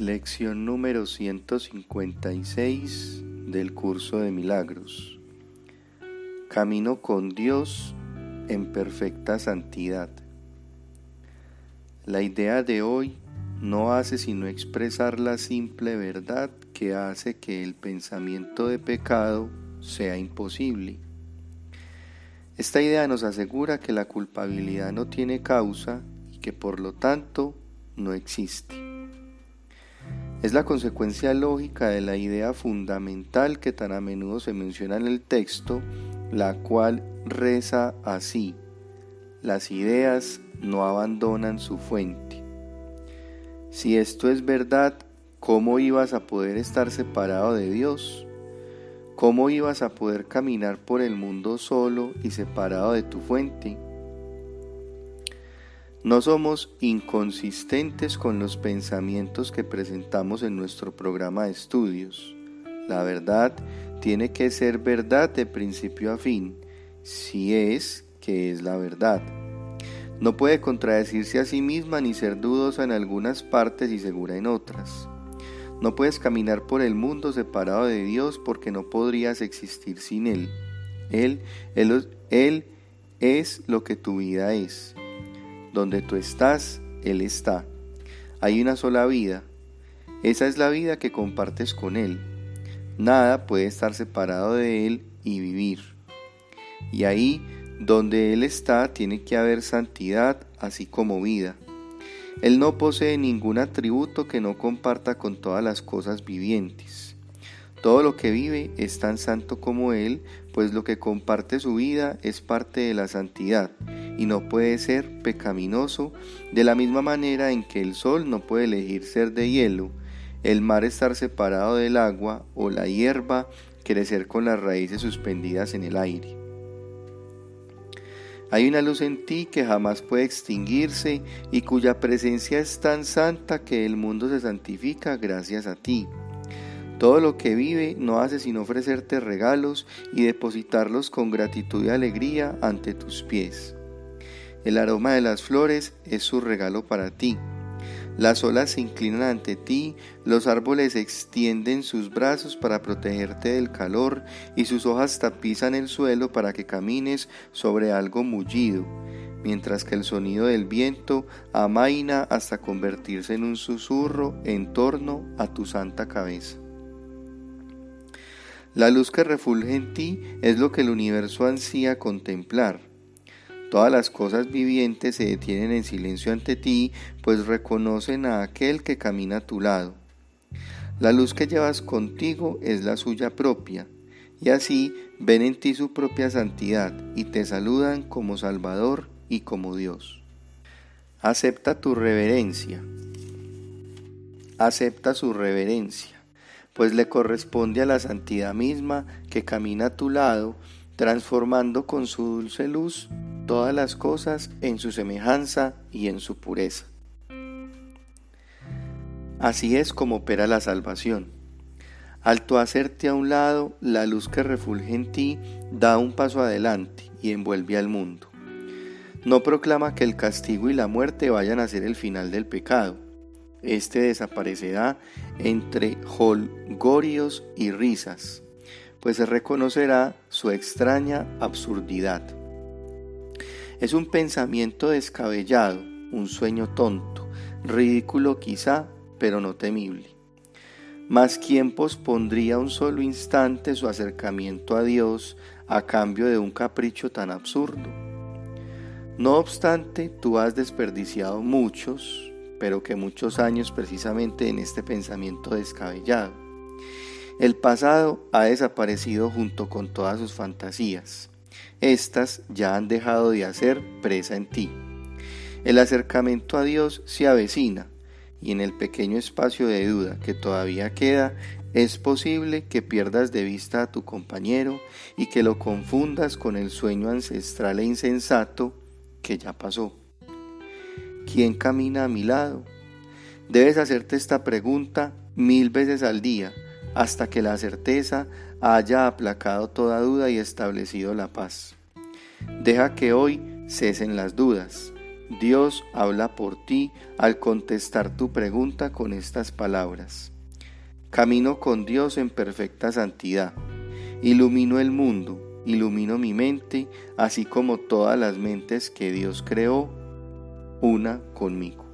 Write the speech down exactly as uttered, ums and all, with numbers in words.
Lección número ciento cincuenta y seis del curso de milagros. Camino con Dios en perfecta santidad. La idea de hoy no hace sino expresar la simple verdad que hace que el pensamiento de pecado sea imposible. Esta idea nos asegura que la culpabilidad no tiene causa y que por lo tanto no existe. Es la consecuencia lógica de la idea fundamental que tan a menudo se menciona en el texto, la cual reza así: las ideas no abandonan su fuente. Si esto es verdad, ¿cómo ibas a poder estar separado de Dios? ¿Cómo ibas a poder caminar por el mundo solo y separado de tu fuente? No somos inconsistentes con los pensamientos que presentamos en nuestro programa de estudios. La verdad tiene que ser verdad de principio a fin, si es que es la verdad. No puede contradecirse a sí misma ni ser dudosa en algunas partes y segura en otras. No puedes caminar por el mundo separado de Dios porque no podrías existir sin Él. Él, Él, Él es lo que tu vida es. Donde tú estás, Él está. Hay una sola vida. Esa es la vida que compartes con Él. Nada puede estar separado de Él y vivir. Y ahí, donde Él está, tiene que haber santidad, así como vida. Él no posee ningún atributo que no comparta con todas las cosas vivientes. Todo lo que vive es tan santo como Él, pues lo que comparte su vida es parte de la santidad y no puede ser pecaminoso, de la misma manera en que el sol no puede elegir ser de hielo, el mar estar separado del agua o la hierba crecer con las raíces suspendidas en el aire. Hay una luz en ti que jamás puede extinguirse y cuya presencia es tan santa que el mundo se santifica gracias a ti. Todo lo que vive no hace sino ofrecerte regalos y depositarlos con gratitud y alegría ante tus pies. El aroma de las flores es su regalo para ti. Las olas se inclinan ante ti, los árboles extienden sus brazos para protegerte del calor y sus hojas tapizan el suelo para que camines sobre algo mullido, mientras que el sonido del viento amaina hasta convertirse en un susurro en torno a tu santa cabeza. La luz que refulge en ti es lo que el universo ansía contemplar. Todas las cosas vivientes se detienen en silencio ante ti, pues reconocen a aquel que camina a tu lado. La luz que llevas contigo es la suya propia, y así ven en ti su propia santidad y te saludan como Salvador y como Dios. Acepta tu reverencia. Acepta su reverencia, pues le corresponde a la santidad misma que camina a tu lado, transformando con su dulce luz todas las cosas en su semejanza y en su pureza. Así es como opera la salvación. Al tú hacerte a un lado, la luz que refulge en ti da un paso adelante y envuelve al mundo. No proclama que el castigo y la muerte vayan a ser el final del pecado. Este desaparecerá entre jolgorios y risas, pues se reconocerá su extraña absurdidad. Es un pensamiento descabellado, un sueño tonto, ridículo quizá, pero no temible. Mas ¿quién pospondría un solo instante su acercamiento a Dios a cambio de un capricho tan absurdo? No obstante, tú has desperdiciado muchos, pero que muchos años precisamente en este pensamiento descabellado. El pasado ha desaparecido junto con todas sus fantasías. Estas ya han dejado de hacer presa en ti. El acercamiento a Dios se avecina, y en el pequeño espacio de duda que todavía queda, es posible que pierdas de vista a tu compañero y que lo confundas con el sueño ancestral e insensato que ya pasó. ¿Quién camina a mi lado? Debes hacerte esta pregunta mil veces al día, hasta que la certeza haya aplacado toda duda y establecido la paz. Deja que hoy cesen las dudas, Dios habla por ti al contestar tu pregunta con estas palabras. Camino con Dios en perfecta santidad. Ilumino el mundo, ilumino mi mente, así como todas las mentes que Dios creó, una conmigo.